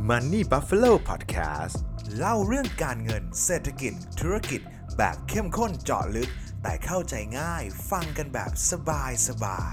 Money Buffalo Podcast เล่าเรื่องการเงินเศรษฐกิจธุรกิจแบบเข้มข้นเจาะลึกแต่เข้าใจง่ายฟังกันแบบสบาย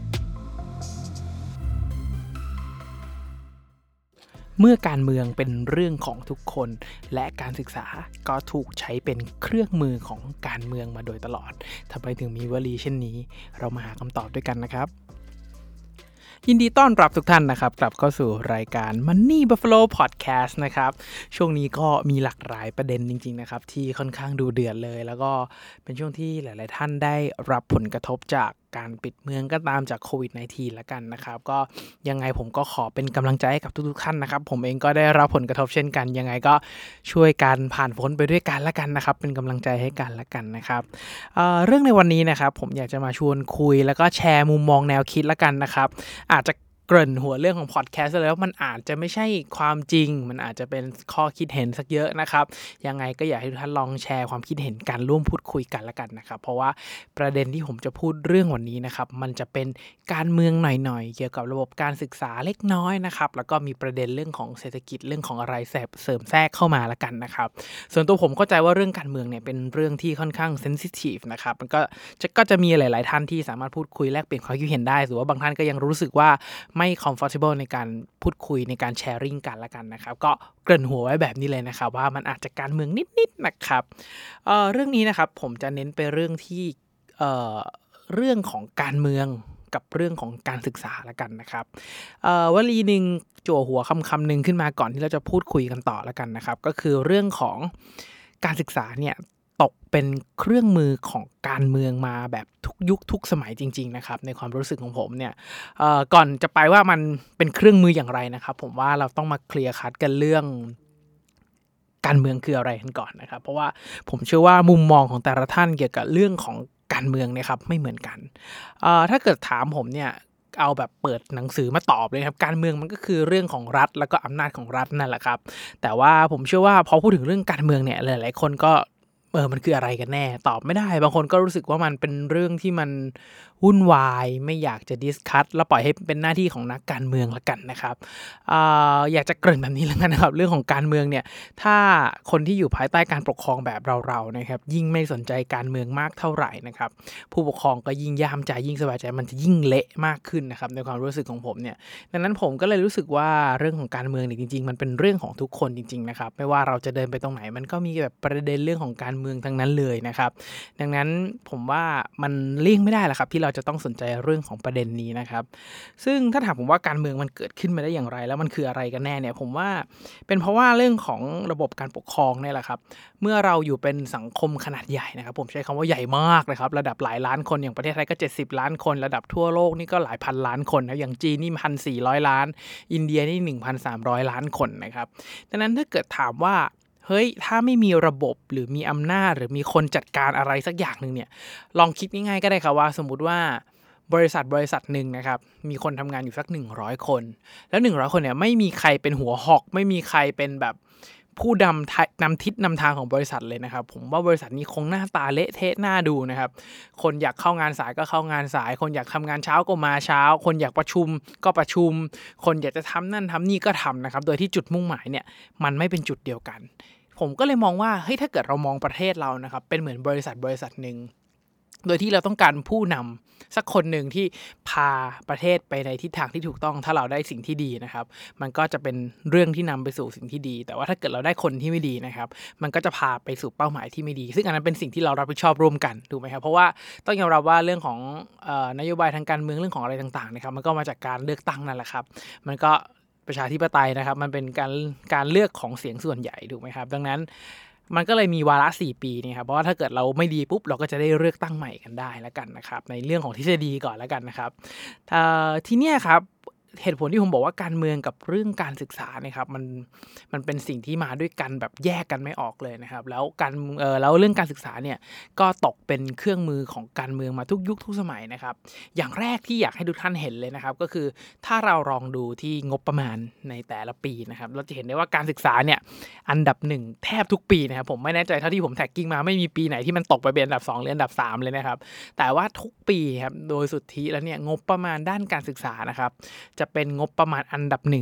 เมื่อการเมืองเป็นเรื่องของทุกคนและการศึกษาก็ถูกใช้เป็นเครื่องมือของการเมืองมาโดยตลอดทำไมถึงมีวลีเช่นนี้เรามาหาคำตอบด้วยกันนะครับยินดีต้อนรับทุกท่านนะครับกลับเข้าสู่รายการ Money Buffalo Podcast นะครับช่วงนี้ก็มีหลากหลายประเด็นจริงๆนะครับที่ค่อนข้างดูเดือดเลยแล้วก็เป็นช่วงที่หลายๆท่านได้รับผลกระทบจากการปิดเมืองก็ตามจากโควิด -19 แล้วกันนะครับก็ยังไงผมก็ขอเป็นกำลังใจให้กับทุกๆท่านนะครับผมเองก็ได้รับผลกระทบเช่นกันยังไงก็ช่วยกันผ่านพ้นไปด้วยกันละกันนะครับเป็นกำลังใจให้กันละกันนะครับเรื่องในวันนี้นะครับผมอยากจะมาชวนคุยแล้วก็แชร์มุมมองแนวคิดละกันนะครับอาจจะเกริ่นหัวเรื่องของพอดแคสต์แล้วมันอาจจะไม่ใช่ความจริงมันอาจจะเป็นข้อคิดเห็นสักเยอะนะครับยังไงก็อยากให้ทุกท่านลองแชร์ความคิดเห็นกันร่วมพูดคุยกันละกันนะครับเพราะว่าประเด็นที่ผมจะพูดเรื่องวันนี้นะครับมันจะเป็นการเมืองหน่อยๆเกี่ยวกับระบบการศึกษาเล็กน้อยนะครับแล้วก็มีประเด็นเรื่องของเศรษฐกิจเรื่องของอะไรเสริมแทรกเข้ามาละกันนะครับส่วนตัวผมเข้าใจว่าเรื่องการเมืองเนี่ยเป็นเรื่องที่ค่อนข้างเซนซิทีฟนะครับมันก็จะมีหลายๆท่านที่สามารถพูดคุยแลกเปลี่ยนความคิดเห็นได้หรือว่าบางท่านก็ยังรู้สึกว่าไม่ comfortable ในการพูดคุยในการแชร์ริ่งกันละกันนะครับก็เกริ่นหัวไว้แบบนี้เลยนะครับว่ามันอาจจะการเมืองนิดๆนะครับเรื่องนี้นะครับผมจะเน้นไปเรื่องที่เรื่องของการเมืองกับเรื่องของการศึกษาละกันนะครับวลีนึงจั่วหัวคำนึงขึ้นมาก่อนที่เราจะพูดคุยกันต่อละกันนะครับก็คือเรื่องของการศึกษาเนี่ยตกเป็นเครื่องมือของการเมืองมาแบบทุกยุคทุกสมัยจริงๆนะครับในความรู้สึกของผมเนี่ยก่อนจะไปว่ามันเป็นเครื่องมืออย่างไรนะครับผมว่าเราต้องมาเคลียร์คัทกันเรื่องการเมืองคืออะไรกันก่อนนะครับเพราะว่าผมเชื่อว่ามุมมองของแต่ละท่านเกี่ยวกับเรื่องของการเมืองเนี่ยครับไม่เหมือนกันถ้าเกิดถามผมเนี่ยเอาแบบเปิดหนังสือมาตอบเลยครับการเมืองมันก็คือเรื่องของรัฐแล้วก็อำนาจของรัฐนั่นแหละครับแต่ว่าผมเชื่อว่าพอพูดถึงเรื่องการเมืองเนี่ยหลายๆคนก็มันคืออะไรกันแน่ตอบไม่ได้บางคนก็รู้สึกว่ามันเป็นเรื่องที่มันวุ่นวายไม่อยากจะดิสคัสแล้วปล่อยให้เป็นหน้าที่ของนักการเมืองละกันนะครับอยากจะเกริ่นแบบนี้แล้วกันนะครับเรื่องของการเมืองเนี่ยถ้าคนที่อยู่ภายใต้การปกครองแบบเราๆนะครับยิ่งไม่สนใจการเมืองมากเท่าไหร่นะครับผู้ปกครองก็ยิ่งย่ามใจยิ่งสบายใจมันจะยิ่งเละมากขึ้นนะครับในความรู้สึกของผมเนี่ยดังนั้นผมก็เลยรู้สึกว่าเรื่องของการเมืองเนี่ยจริงๆมันเป็นเรื่องของทุกคนจริงๆนะครับไม่ว่าเราจะเดินไปตรงไหนมันก็มีแบบประเด็นเรื่องของการเมืองทั้งนั้นเลยนะครับดังนั้นผมว่ามันเลี่ยงไม่ได้แหละครับที่เราจะต้องสนใจเรื่องของประเด็นนี้นะครับซึ่งถ้าถามผมว่าการเมืองมันเกิดขึ้นมาได้อย่างไรแล้วมันคืออะไรกันแน่เนี่ยผมว่าเป็นเพราะว่าเรื่องของระบบการปกครองเนี่ยแหละครับเมื่อเราอยู่เป็นสังคมขนาดใหญ่นะครับผมใช้คำว่าใหญ่มากนะครับระดับหลายล้านคนอย่างประเทศไทยก็70ล้านคนระดับทั่วโลกนี่ก็หลายพันล้านคนนะอย่างจีนนี่1,400 ล้านอินเดียนี่ 1,300 ล้านคนนะครับดังนั้นถ้าเกิดถามว่าเฮ้ยถ้าไม่มีระบบหรือมีอำนาจหรือมีคนจัดการอะไรสักอย่างนึงเนี่ยลองคิดง่ายๆก็ได้ครับว่าสมมุติว่าบริษัทหนึ่งนะครับมีคนทำงานอยู่สัก100คนแล้ว100คนเนี่ยไม่มีใครเป็นหัวหอกไม่มีใครเป็นแบบผู้นำทิศนำทางของบริษัทเลยนะครับผมว่าบริษัทนี้คงหน้าตาเละเทะน่าดูนะครับคนอยากเข้างานสายก็เข้างานสายคนอยากทำงานเช้าก็มาเช้าคนอยากประชุมก็ประชุมคนอยากจะทำนั่นทำนี่ก็ทำนะครับโดยที่จุดมุ่งหมายเนี่ยมันไม่เป็นจุดเดียวกันผมก็เลยมองว่าเฮ้ยถ้าเกิดเรามองประเทศเรานะครับเป็นเหมือนบริษัทหนึ่งโดยที่เราต้องการผู้นำสักคนหนึ่งที่พาประเทศไปในทิศทางที่ถูกต้องถ้าเราได้สิ่งที่ดีนะครับมันก็จะเป็นเรื่องที่นำไปสู่สิ่งที่ดีแต่ว่าถ้าเกิดเราได้คนที่ไม่ดีนะครับมันก็จะพาไปสู่เป้าหมายที่ไม่ดีซึ่งอันนั้นเป็นสิ่งที่เรารับผิดชอบร่วมกันถูกไหมครับเพราะว่าต้องยอมรับว่าเรื่องของนโยบายทางการเมืองเรื่องของอะไรต่างๆนะครับมันก็มาจากการเลือกตั้งนั่นแหละครับมันก็ประชาธิปไตยนะครับมันเป็นการเลือกของเสียงส่วนใหญ่ถูกไหมครับดังนั้นมันก็เลยมีวาระ4ปีนี่ครับเพราะว่าถ้าเกิดเราไม่ดีปุ๊บเราก็จะได้เลือกตั้งใหม่กันได้แล้วกันนะครับในเรื่องของทฤษฎีก่อนแล้วกันนะครับทีเนี้ยครับเหตุผลที่ผมบอกว่าการเมืองกับเรื่องการศึกษาเนี่ยครับมันเป็นสิ่งที่มาด้วยกันแบบแยกกันไม่ออกเลยนะครับแล้วเรื่องการศึกษาเนี่ยก็ตกเป็นเครื่องมือของการเมืองมาทุกยุคทุกสมัยนะครับอย่างแรกที่อยากให้ทุกท่านเห็นเลยนะครับก็คือถ้าเราลองดูที่งบประมาณในแต่ละปีนะครับเราจะเห็นได้ว่าการศึกษาเนี่ยอันดับ1แทบทุกปีนะครับผมไม่แน่ใจเท่าที่ผมแท็กกิ้งมาไม่มีปีไหนที่มันตกไปเป็นอันดับ2หรืออันดับ3เลยนะครับแต่ว่าทุกปีครับโดยสุทธิแล้วเนี่ยงบประมาณด้านการศึกษานะครับจะเป็นงบประมาณอันดับ1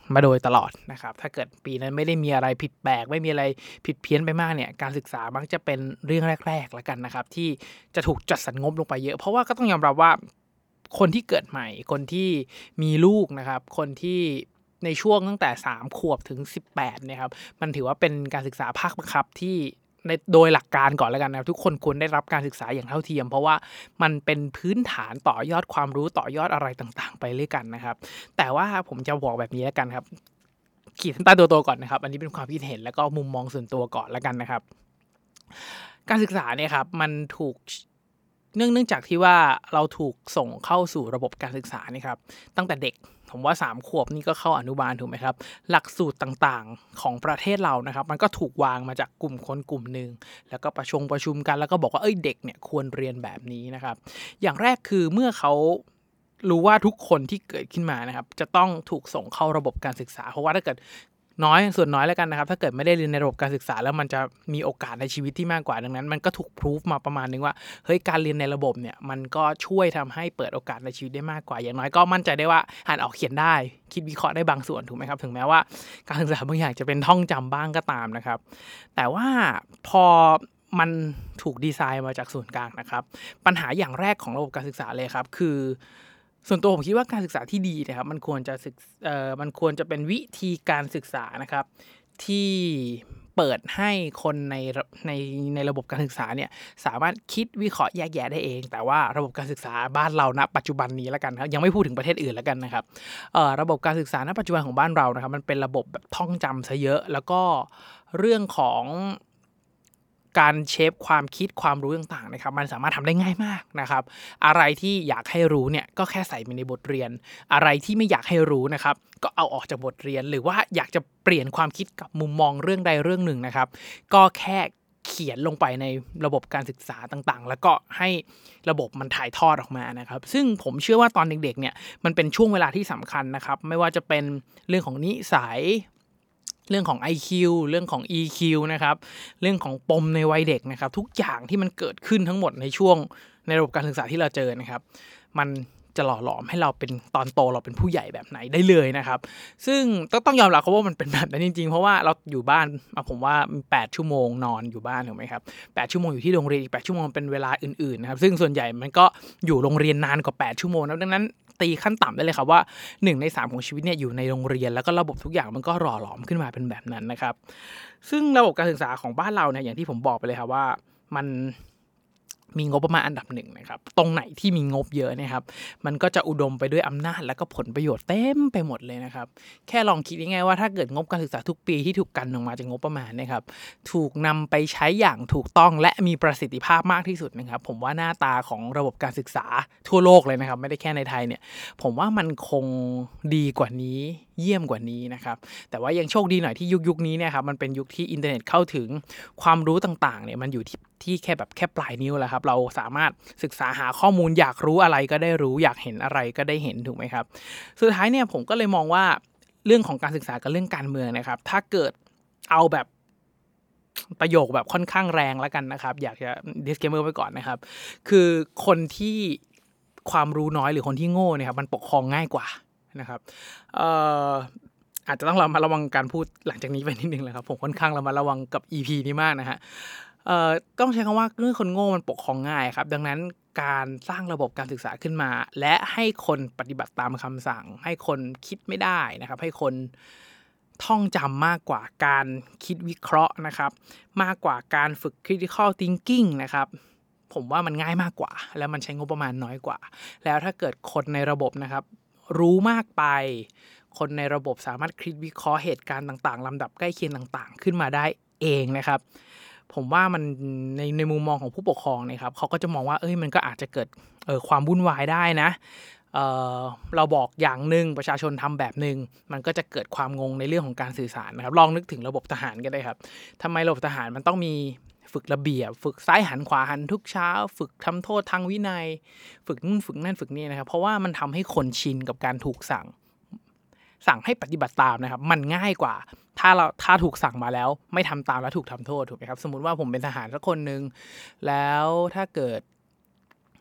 มาโดยตลอดนะครับถ้าเกิดปีนั้นไม่ได้มีอะไรผิดแปลกไม่มีอะไรผิดเพี้ยนไปมากเนี่ยการศึกษามักจะเป็นเรื่องแรกๆแล้วกันนะครับที่จะถูกจัดสรรงบลงไปเยอะเพราะว่าก็ต้องยอมรับว่าคนที่เกิดใหม่คนที่มีลูกนะครับคนที่ในช่วงตั้งแต่3ขวบถึง18เนี่ยครับมันถือว่าเป็นการศึกษาภาคบังคับที่โดยหลักการก่อนแล้วกันนะทุกคนควรได้รับการศึกษาอย่างเท่าเทียมเพราะว่ามันเป็นพื้นฐานต่อยอดความรู้ต่อยอดอะไรต่างๆไปด้วยกันนะครับแต่ว่าผมจะบอกแบบนี้แล้วกันครับขีดเส้นใต้ตัวก่อนนะครับอันนี้เป็นความคิดเห็นแล้วก็มุมมองส่วนตัวก่อนแล้วกันนะครับการศึกษาเนี่ยครับมันถูกเนื่องจากที่ว่าเราถูกส่งเข้าสู่ระบบการศึกษานี่ครับตั้งแต่เด็กผมว่า3ขวบนี่ก็เข้าอนุบาลถูกไหมครับหลักสูตรต่างๆของประเทศเรานะครับมันก็ถูกวางมาจากกลุ่มคนกลุ่มนึงแล้วก็ประชุมกันแล้วก็บอกว่าเด็กเนี่ยควรเรียนแบบนี้นะครับอย่างแรกคือเมื่อเขารู้ว่าทุกคนที่เกิดขึ้นมานะครับจะต้องถูกส่งเข้าระบบการศึกษาเพราะว่าถ้าเกิดส่วนน้อยแล้วกันนะครับถ้าเกิดไม่ได้เรียนในระบบการศึกษาแล้วมันจะมีโอกาสในชีวิตที่มากกว่าดังนั้นมันก็ถูกพิสูจมาประมาณนึงว่าเฮ้ยการเรียนในระบบเนี่ยมันก็ช่วยทำให้เปิดโอกาสในชีวิตได้มากกว่าอย่างน้อยก็มั่นใจได้ว่าอ่านออกเขียนได้คิดวิเคราะห์ได้บางส่วนถูกไหมครับถึงแม้ว่าการศึกษาบางอย่างจะเป็นท่องจำบ้างก็ตามนะครับแต่ว่าพอมันถูกดีไซน์มาจากส่วนกลางนะครับปัญหาอย่างแรกของระบบการศึกษาเลยครับคือส่วนตัวผมคิดว่าการศึกษาที่ดีนะครับมันควรจะเป็นวิธีการศึกษานะครับที่เปิดให้คนในระบบการศึกษาเนี่ยสามารถคิดวิเคราะห์แยกแยะได้เองแต่ว่าระบบการศึกษาบ้านเราณปัจจุบันนี้แล้วกันครับยังไม่พูดถึงประเทศอื่นแล้วกันนะครับระบบการศึกษาณปัจจุบันของบ้านเรานะครับมันเป็นระบบแบบท่องจำซะเยอะแล้วก็เรื่องของการเชฟความคิดความรู้ต่างๆนะครับมันสามารถทำได้ง่ายมากนะครับอะไรที่อยากให้รู้เนี่ยก็แค่ใส่ไปในบทเรียนอะไรที่ไม่อยากให้รู้นะครับก็เอาออกจากบทเรียนหรือว่าอยากจะเปลี่ยนความคิดกับมุมมองเรื่องใดเรื่องหนึ่งนะครับก็แค่เขียนลงไปในระบบการศึกษาต่างๆแล้วก็ให้ระบบมันถ่ายทอดออกมานะครับซึ่งผมเชื่อว่าตอนเด็กๆเนี่ยมันเป็นช่วงเวลาที่สำคัญนะครับไม่ว่าจะเป็นเรื่องของนิสัยเรื่องของ IQ เรื่องของ EQ นะครับเรื่องของปมในวัยเด็กนะครับทุกอย่างที่มันเกิดขึ้นทั้งหมดในช่วงในระบบการศึกษาที่เราเจอนะครับมันจะหล่อหลอมให้เราเป็นตอนโตเราเป็นผู้ใหญ่แบบไหนได้เลยนะครับซึ่งต้องยอมรับว่ามันเป็นแบบนั้นจริงๆเพราะว่าเราอยู่บ้านผมว่า8ชั่วโมงนอนอยู่บ้านถูกไหมครับ8ชั่วโมงอยู่ที่โรงเรียนอีก8ชั่วโมงเป็นเวลาอื่นๆนะครับซึ่งส่วนใหญ่มันก็อยู่โรงเรียนนานกว่า8ชั่วโมงดังนั้นตีขั้นต่ำได้เลยครับว่า1ใน3ของชีวิตเนี่ยอยู่ในโรงเรียนแล้วก็ระบบทุกอย่างมันก็หล่อหลอมขึ้นมาเป็นแบบนั้นนะครับซึ่งระบบการศึกษาของบ้านเราเนี่ยอย่างที่ผมบอกไปเลยครับว่ามันมีงบประมาณอันดับหนึ่งนะครับตรงไหนที่มีงบเยอะนะครับมันก็จะอุดมไปด้วยอำนาจและก็ผลประโยชน์เต็มไปหมดเลยนะครับแค่ลองคิดง่ายๆว่าถ้าเกิดงบการศึกษาทุกปีที่ถูกกันออกมาจากงบประมาณนะครับถูกนำไปใช้อย่างถูกต้องและมีประสิทธิภาพมากที่สุดนะครับผมว่าหน้าตาของระบบการศึกษาทั่วโลกเลยนะครับไม่ได้แค่ในไทยเนี่ยผมว่ามันคงดีกว่านี้เยี่ยมกว่านี้นะครับแต่ว่ายังโชคดีหน่อยที่ยุคนี้เนี่ยครับมันเป็นยุคที่อินเทอร์เน็ตเข้าถึงความรู้ต่างๆเนี่ยมันอยู่ที่แค่ปลายนิ้วแล้วครับเราสามารถศึกษาหาข้อมูลอยากรู้อะไรก็ได้รู้อยากเห็นอะไรก็ได้เห็นถูกไหมครับสุดท้ายเนี่ยผมก็เลยมองว่าเรื่องของการศึกษากับเรื่องการเมืองนะครับถ้าเกิดเอาแบบประโยคแบบค่อนข้างแรงแล้วกันนะครับอยากจะ disclaimer ไว้ก่อนนะครับคือคนที่ความรู้น้อยหรือคนที่โง่เนี่ยครับมันปกครองง่ายกว่านะครับอาจจะต้องระวังการพูดหลังจากนี้ไปนิดนึงเลยครับผมค่อนข้างระวังกับ EP นี้มากนะฮะต้องใช้คำว่าเรื่องคนโง่มันปกครองง่ายครับดังนั้นการสร้างระบบการศึกษาขึ้นมาและให้คนปฏิบัติตามคำสั่งให้คนคิดไม่ได้นะครับให้คนท่องจำมากกว่าการคิดวิเคราะห์นะครับมากกว่าการฝึก critical thinking นะครับผมว่ามันง่ายมากกว่าแล้วมันใช้งบประมาณน้อยกว่าแล้วถ้าเกิดคนในระบบนะครับรู้มากไปคนในระบบสามารถคิดวิเคราะห์เหตุการณ์ต่างๆลำดับใกล้เคียงต่างๆขึ้นมาได้เองนะครับผมว่ามันในมุมมองของผู้ปกครองนะครับเขาก็จะมองว่ามันก็อาจจะเกิดความวุ่นวายได้นะเราบอกอย่างนึงประชาชนทำแบบนึงมันก็จะเกิดความงงในเรื่องของการสื่อสารนะครับลองนึกถึงระบบทหารก็ได้ครับทำไมระบบทหารมันต้องมีฝึกระเบียบฝึกซ้ายหันขวาหันทุกเช้าฝึกทำโทษทางวินัยฝึกนู่นฝึกนั่นฝึกนี่นะครับเพราะว่ามันทำให้คนชินกับการถูกสั่งให้ปฏิบัติตามนะครับมันง่ายกว่าถ้าถูกสั่งมาแล้วไม่ทำตามแล้วถูกทำโทษถูกไหมครับสมมุติว่าผมเป็นทหารสักคนนึงแล้วถ้าเกิด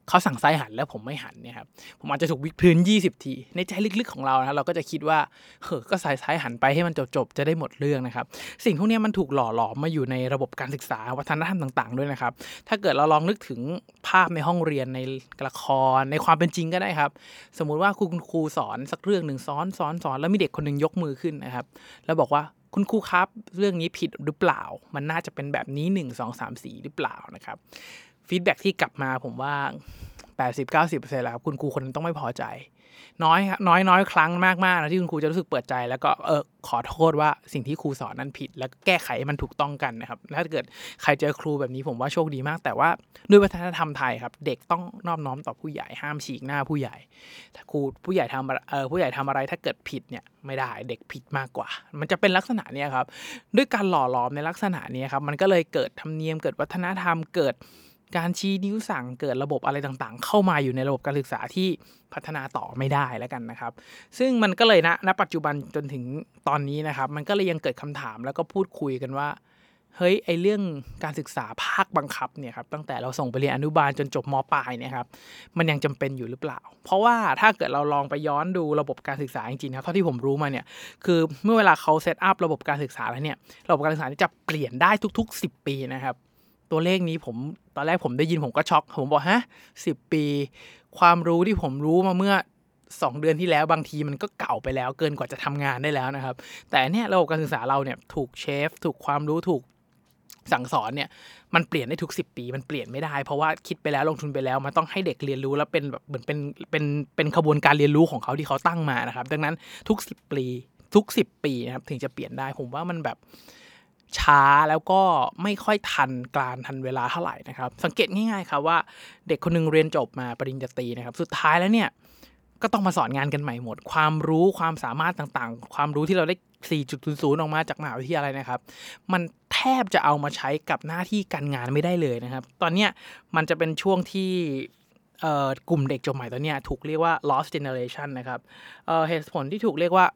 เขาสั่งซ้ายหันแล้วผมไม่หันเนี่ยครับผมอาจจะถูกวิดพื้น20ทีในใจลึกๆของเรานะเราก็จะคิดว่าก็ซ้ายหันไปให้มันจบๆจะได้หมดเรื่องนะครับสิ่งพวกนี้มันถูกหล่อหลอมมาอยู่ในระบบการศึกษาวัฒนธรรมต่างๆด้วยนะครับถ้าเกิดเราลองนึกถึงภาพในห้องเรียนในละครในความเป็นจริงก็ได้ครับสมมุติว่าคุณครูสอนสักเรื่องนึงสอนแล้วมีเด็กคนนึงยกมือขึ้นนะครับแล้วบอกว่าคุณครูครับเรื่องนี้ผิดหรือเปล่ามันน่าจะเป็นแบบนี้1 2 3 4หรือเปล่านะครับฟีดแบ็กที่กลับมาผมว่า 80-90% แล้วครับคุณครูคนนั้นต้องไม่พอใจน้อยครั้งมากๆนะที่คุณครูจะรู้สึกเปิดใจแล้วก็ขอโทษว่าสิ่งที่ครูสอนนั้นผิดแล้วแก้ไขให้มันถูกต้องกันนะครับถ้าเกิดใครเจอครูแบบนี้ผมว่าโชคดีมากแต่ว่าด้วยวัฒนธรรมไทยครับเด็กต้องนอบน้อมต่อผู้ใหญ่ห้ามฉีกหน้าผู้ใหญ่ถ้าครูผู้ใหญ่ทำอะไรถ้าเกิดผิดเนี่ยไม่ได้เด็กผิดมากกว่ามันจะเป็นลักษณะนี้ครับด้วยการหล่อหลอมในลักษณะนี้ครับมันก็เลยเกิดธรรมเนียมเกิดวัฒนธรรมเกิดการชี้นิ้วสั่งเกิดระบบอะไรต่างๆเข้ามาอยู่ในระบบการศึกษาที่พัฒนาต่อไม่ได้แล้วกันนะครับซึ่งมันก็เลยณปัจจุบันจนถึงตอนนี้นะครับมันก็เลยยังเกิดคำถามแล้วก็พูดคุยกันว่าเฮ้ยไอเรื่องการศึกษาภาคบังคับเนี่ยครับตั้งแต่เราส่งไปเรียนอนุบาลจนจบม.ปลายเนี่ยครับมันยังจำเป็นอยู่หรือเปล่าเพราะว่าถ้าเกิดเราลองไปย้อนดูระบบการศึกษาจริงๆครับเท่าที่ผมรู้มาเนี่ยคือเมื่อเวลาเขาเซตอัพระบบการศึกษาแล้วเนี่ยระบบการศึกษาจะเปลี่ยนได้ทุกๆ10 ปีนะครับตัวเลขนี้ตอนแรกผมได้ยินผมก็ช็อกผมบอก10 ปีความรู้ที่ผมรู้มาเมื่อ2 เดือนที่แล้วบางทีมันก็เก่าไปแล้วเกินกว่าจะทำงานได้แล้วนะครับแต่เนี่ยระบบการศึกษาเราเนี่ยถูกเชฟถูกความรู้ถูกสั่งสอนเนี่ยมันเปลี่ยนได้ทุก10 ปีมันเปลี่ยนไม่ได้เพราะว่าคิดไปแล้วลงทุนไปแล้วมันต้องให้เด็กเรียนรู้แล้วเป็นแบบเหมือนเป็นขบวนการเรียนรู้ของเขาที่เขาตั้งมานะครับดังนั้นทุก10 ปีนะครับถึงจะเปลี่ยนได้ผมว่ามันแบบช้าแล้วก็ไม่ค่อยทันเวลาเท่าไหร่นะครับสังเกตง่ายๆครับว่าเด็กคนนึงเรียนจบมาปริญญาตรีนะครับสุดท้ายแล้วเนี่ยก็ต้องมาสอนงานกันใหม่หมดความรู้ความสามารถต่างๆความรู้ที่เราได้ 4.00 ออกมาจากมหาวิทยาลัยนะครับมันแทบจะเอามาใช้กับหน้าที่การงานไม่ได้เลยนะครับตอนเนี้ยมันจะเป็นช่วงที่กลุ่มเด็กจบใหม่ตอนเนี้ยถูกเรียกว่า lost generation นะครับเหตุผลที่ถูกเรียกว่า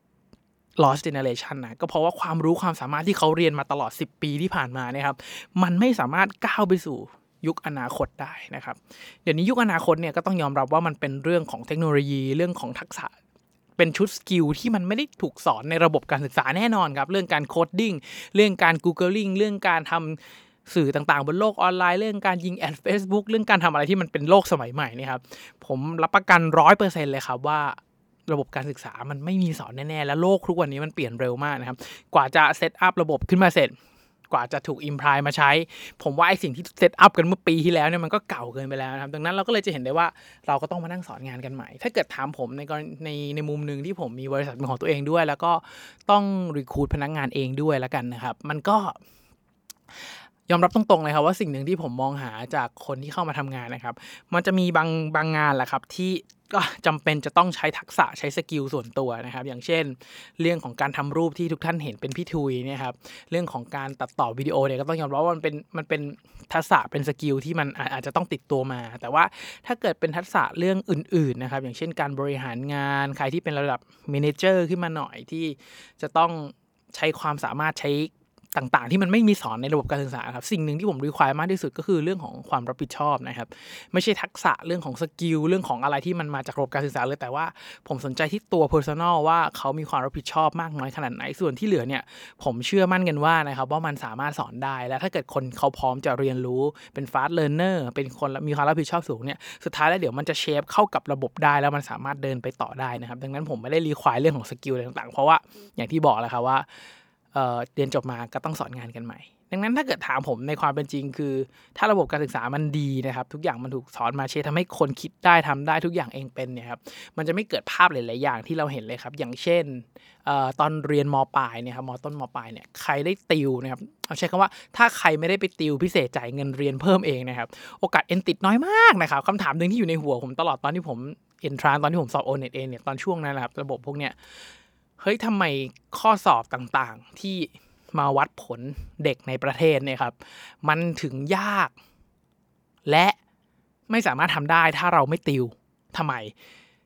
lost generation นะก็เพราะว่าความรู้ความสามารถที่เขาเรียนมาตลอด10 ปีที่ผ่านมาเนี่ยครับมันไม่สามารถก้าวไปสู่ยุคอนาคตได้นะครับเดี๋ยวนี้ยุคอนาคตเนี่ยก็ต้องยอมรับว่ามันเป็นเรื่องของเทคโนโลยีเรื่องของทักษะเป็นชุดสกิลที่มันไม่ได้ถูกสอนในระบบการศึกษาแน่นอนครับเรื่องการโคดดิ้งเรื่องการ Googling เรื่องการทำสื่อต่างๆบนโลกออนไลน์เรื่องการยิงแอด Facebook เรื่องการทำอะไรที่มันเป็นโลกสมัยใหม่นี่ครับผมรับประกัน 100% เลยครับว่าระบบการศึกษามันไม่มีสอนแน่ๆแล้วโลกทุกวันนี้มันเปลี่ยนเร็วมากนะครับกว่าจะเซตอัพระบบขึ้นมาเสร็จกว่าจะถูก imply มาใช้ผมว่าไอ้สิ่งที่เซตอัพกันเมื่อปีที่แล้วเนี่ยมันก็เก่าเกินไปแล้วนะครับดังนั้นเราก็เลยจะเห็นได้ว่าเราก็ต้องมานั่งสอนงานกันใหม่ถ้าเกิดถามผมในมุมนึงที่ผมมีบริษัทเป็นของตัวเองด้วยแล้วก็ต้องรีครูทพนักงานเองด้วยแล้วกันนะครับมันก็ยอมรับตรงๆเลยครับว่าสิ่งหนึ่งที่ผมมองหาจากคนที่เข้ามาทำงานนะครับมันจะมีบางงานแหละครับที่ก็จำเป็นจะต้องใช้ทักษะใช้สกิลส่วนตัวนะครับอย่างเช่นเรื่องของการทำรูปที่ทุกท่านเห็นเป็นพี่ทุยเนี่ยครับเรื่องของการตัดต่อวิดีโอเนี่ยก็ต้องยอมรับว่ามันเป็นทักษะเป็นสกิลที่มันอาจจะต้องติดตัวมาแต่ว่าถ้าเกิดเป็นทักษะเรื่องอื่นๆนะครับอย่างเช่นการบริหารงานใครที่เป็นระดับเมเนเจอร์ขึ้นมาหน่อยที่จะต้องใช้ความสามารถใช้ต่างๆที่มันไม่มีสอนในระบบการศึกษาครับสิ่งหนึ่งที่ผมรีควายมากที่สุดก็คือเรื่องของความรับผิดชอบนะครับไม่ใช่ทักษะเรื่องของสกิลเรื่องของอะไรที่มันมาจากระบบการศึกษาเลยแต่ว่าผมสนใจที่ตัว personal ว่าเขามีความรับผิดชอบมากน้อยขนาดไหนส่วนที่เหลือเนี่ยผมเชื่อมั่นกันว่านะครับว่ามันสามารถสอนได้และถ้าเกิดคนเขาพร้อมจะเรียนรู้เป็น fast learner เป็นคนมีความรับผิดชอบสูงเนี่ยสุดท้ายแล้วเดี๋ยวมันจะเชฟเข้ากับระบบได้แล้วมันสามารถเดินไปต่อได้นะครับดังนั้นผมไม่ได้รีควายเรื่องของสกิลต่างๆเพราะว่าอย่างที่บอกแล้วครับว่าเรียนจบมาก็ต้องสอนงานกันใหม่ดังนั้นถ้าเกิดถามผมในความเป็นจริงคือถ้าระบบการศึกษามันดีนะครับทุกอย่างมันถูกสอนมาทำให้คนคิดได้ทำได้ทุกอย่างเองเป็นเนี่ยครับมันจะไม่เกิดภาพหลายๆอย่างที่เราเห็นเลยครับอย่างเช่นตอนเรียนม.ปลายเนี่ยครับม.ต้นม.ปลายเนี่ยใครได้ติวนะครับเอาใช้คำว่าถ้าใครไม่ได้ไปติวพิเศษจ่ายเงินเรียนเพิ่มเองนะครับโอกาสเอ็นติดน้อยมากนะครับคำถามนึงที่อยู่ในหัวผมตลอดตอนที่ผมเอนทรานซ์ตอนที่ผมสอบ O-NET เองเนี่ยตอนช่วงนั้นนะครับระบบพวกเนี้ยเฮ้ยทำไมข้อสอบต่างๆที่มาวัดผลเด็กในประเทศเนี่ยครับมันถึงยากและไม่สามารถทำได้ถ้าเราไม่ติวทำไม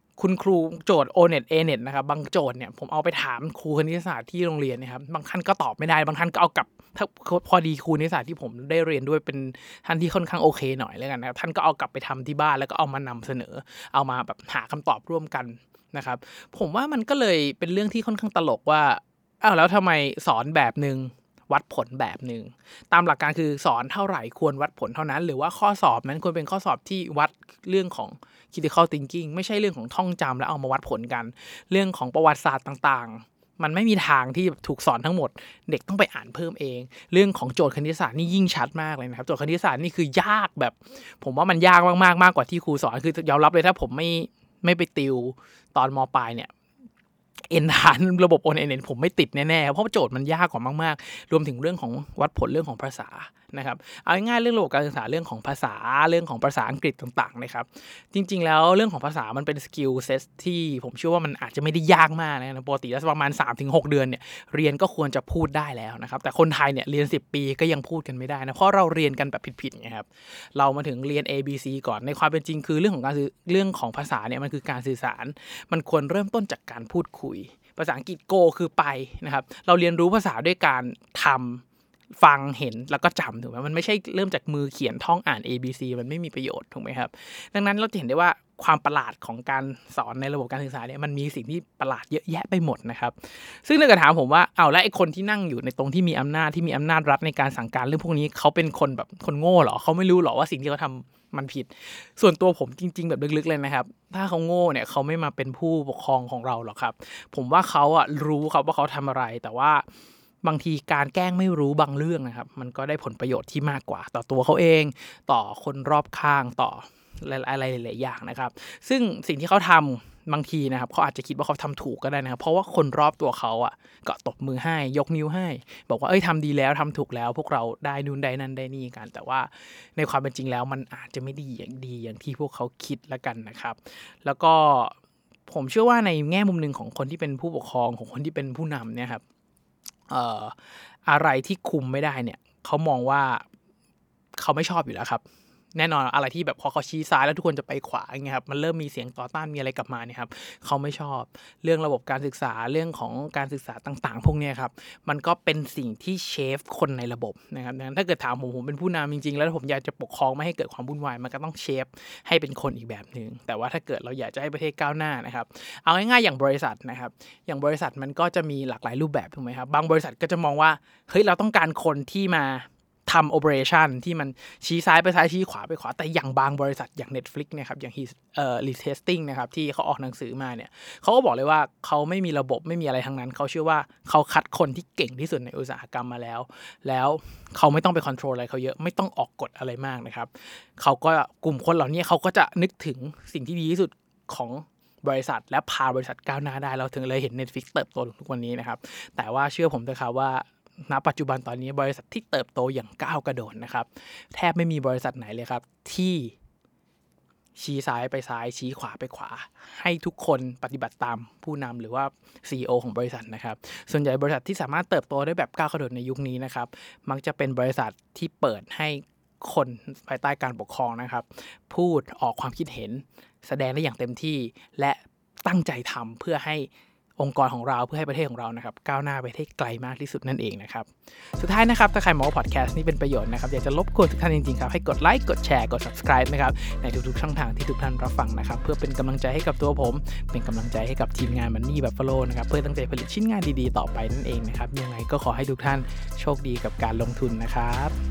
คุณครูโจทย์ O-NET A-NET นะครับบางโจทย์เนี่ยผมเอาไปถามครูคณิตศาสตร์ที่โรงเรียนนะครับบางท่านก็ตอบไม่ได้บางท่านก็เอากลับถ้าพอดีครูคณิตศาสตร์ที่ผมได้เรียนด้วยเป็นท่านที่ค่อนข้างโอเคหน่อยแล้วกันนะครับท่านก็เอากลับไปทำที่บ้านแล้วก็เอามานำเสนอเอามาแบบหาคำตอบร่วมกันนะครับผมว่ามันก็เลยเป็นเรื่องที่ค่อนข้างตลกว่าอ้าวแล้วทำไมสอนแบบนึงวัดผลแบบนึงตามหลักการคือสอนเท่าไหร่ควรวัดผลเท่านั้นหรือว่าข้อสอบนั้นควรเป็นข้อสอบที่วัดเรื่องของ critical thinking ไม่ใช่เรื่องของท่องจำแล้วเอามาวัดผลกันเรื่องของประวัติศาสตร์ต่างๆมันไม่มีทางที่ถูกสอนทั้งหมดเด็กต้องไปอ่านเพิ่มเองเรื่องของโจทย์คณิตศาสตร์นี่ยิ่งชัดมากเลยนะครับโจทย์คณิตศาสตร์นี่คือยากแบบผมว่ามันยากมากกว่าที่ครูสอนคือยอมรับเลยถ้าผมไม่ไปติวตอนม.ปลายเนี่ยเอ็นทานระบบ O-NET ผมไม่ติดแน่ๆเพราะโจทย์มันยากกว่ามากๆรวมถึงเรื่องของวัดผลเรื่องของภาษานะครับเอาง่ายๆเรื่องระบบการศึกษาเรื่องของภาษาเรื่องของภาษาอังกฤษต่างๆนะครับจริงๆแล้วเรื่องของภาษามันเป็นสกิลเซตที่ผมเชื่อว่ามันอาจจะไม่ได้ยากมากนะปกติแล้วประมาณ 3-6 เดือนเนี่ยเรียนก็ควรจะพูดได้แล้วนะครับแต่คนไทยเนี่ยเรียน10 ปีก็ยังพูดกันไม่ได้นะเพราะเราเรียนกันแบบผิดๆไงครับเรามาถึงเรียน ABC ก่อนในความเป็นจริงคือเรื่องของภาษาเนี่ยมันคือการสื่อสารมันควรเริ่มต้นจากการพูดคุยภาษาอังกฤษ go คือไปนะครับเราเรียนรู้ภาษาด้วยการทำฟังเห็นแล้วก็จำถูกไหมมันไม่ใช่เริ่มจากมือเขียนท่องอ่าน ABC มันไม่มีประโยชน์ถูกไหมครับดังนั้นเราจะเห็นได้ว่าความประหลาดของการสอนในระบบการศึกษาเนี่ยมันมีสิ่งที่ประหลาดเยอะแยะไปหมดนะครับซึ่งถ้าเกิดถามผมว่าเอาแล้วไอ้คนที่นั่งอยู่ในตรงที่มีอำนาจรัฐในการสั่งการเรื่องพวกนี้เขาเป็นคนแบบคนโง่เหรอเขาไม่รู้หรอว่าสิ่งที่เขาทำมันผิดส่วนตัวผมจริงๆแบบลึกๆเลยนะครับถ้าเขาโง่เนี่ยเขาไม่มาเป็นผู้ปกครองของเราหรอกครับผมว่าเขารู้ครับว่าเขาทำอะไรแต่ว่าบางทีการแกล้งไม่รู้บางเรื่องนะครับมันก็ได้ผลประโยชน์ที่มากกว่าต่อตัวเขาเองต่อคนรอบข้างต่ออะไรหลายๆอย่างนะครับซึ่งสิ่งที่เขาทำบางทีนะครับเขาอาจจะคิดว่าเขาทำถูกก็ได้นะครับเพราะว่าคนรอบตัวเขาก็ตบมือให้ยกนิ้วให้บอกว่าทำดีแล้วทำถูกแล้วพวกเราได้นู่นได้นั่นได้นี่กันแต่ว่าในความเป็นจริงแล้วมันอาจจะไม่ดีอย่างที่พวกเขาคิดละกันนะครับแล้วก็ผมเชื่อว่าในแง่มุมนึงของคนที่เป็นผู้ปกครองของคนที่เป็นผู้นำเนี่ยครับอะไรที่คุมไม่ได้เนี่ยเขามองว่าเขาไม่ชอบอยู่แล้วครับแน่นอนอะไรที่แบบพอเขาชี้ซ้ายแล้วทุกคนจะไปขวาอย่างเงี้ยครับมันเริ่มมีเสียงต่อต้านมีอะไรกลับมาเนี่ยครับเขาไม่ชอบเรื่องระบบการศึกษาเรื่องของการศึกษาต่างๆพวกนี้ครับมันก็เป็นสิ่งที่เชฟคนในระบบนะครับดังนั้นถ้าเกิดถามผมเป็นผู้นำจริงๆแล้วผมอยากจะปกครองไม่ให้เกิดความวุ่นวายมันก็ต้องเชฟให้เป็นคนอีกแบบนึงแต่ว่าถ้าเกิดเราอยากจะให้ประเทศก้าวหน้านะครับเอาง่ายๆอย่างบริษัทนะครับอย่างบริษัทมันก็จะมีหลากหลายรูปแบบถูกไหมครับบางบริษัทก็จะมองว่าเฮ้ยเราต้องการคนที่มาทำ operation ที่มันชี้ซ้ายไปซ้ายชี้ขวาไปขวาแต่อย่างบางบริษัทอย่าง Netflix เนี่ยครับอย่างretesting นะครับที่เขาออกหนังสือมาเนี่ยเขาก็บอกเลยว่าเขาไม่มีระบบไม่มีอะไรทั้งนั้นเขาเชื่อว่าเขาคัดคนที่เก่งที่สุดในอุตสาหกรรมมาแล้วเขาไม่ต้องไป control อะไรเขาเยอะไม่ต้องออกกฎอะไรมากนะครับเขาก็กลุ่มคนเหล่านี้เขาก็จะนึกถึงสิ่งที่ดีที่สุดของบริษัทและพาบริษัทก้าวหน้าได้เราถึงเลยเห็น Netflix เติบโตทุกวันนี้นะครับแต่ว่าเชื่อผมเถอะครับว่าณปัจจุบันตอนนี้บริษัทที่เติบโตอย่างก้าวกระโดดนะครับแทบไม่มีบริษัทไหนเลยครับที่ชี้ซ้ายไปซ้ายชี้ขวาไปขวาให้ทุกคนปฏิบัติตามผู้นำหรือว่า CEO ของบริษัทนะครับส่วนใหญ่บริษัทที่สามารถเติบโตได้แบบก้าวกระโดดในยุคนี้นะครับมักจะเป็นบริษัทที่เปิดให้คนภายใต้การปกครองนะครับพูดออกความคิดเห็นแสดงได้อย่างเต็มที่และตั้งใจทำเพื่อให้องค์กรของเราเพื่อให้ประเทศของเรานะครับก้าวหน้าไปได้ไกลมากที่สุดนั่นเองนะครับสุดท้ายนะครับถ้าใครมองว่าพอดแคสต์นี้เป็นประโยชน์นะครับอยากจะรบกวนทุกท่านจริงๆครับให้กดไลค์กดแชร์กด Subscribe นะครับในทุกๆช่องทางที่ทุกท่านรับฟังนะครับเพื่อเป็นกำลังใจให้กับตัวผมเป็นกำลังใจให้กับทีมงาน Money Buffalo นะครับเพื่อตั้งใจผลิตชิ้นงานดีๆต่อไปนั่นเองนะครับยังไงก็ขอให้ทุกท่านโชคดีกับการลงทุนนะครับ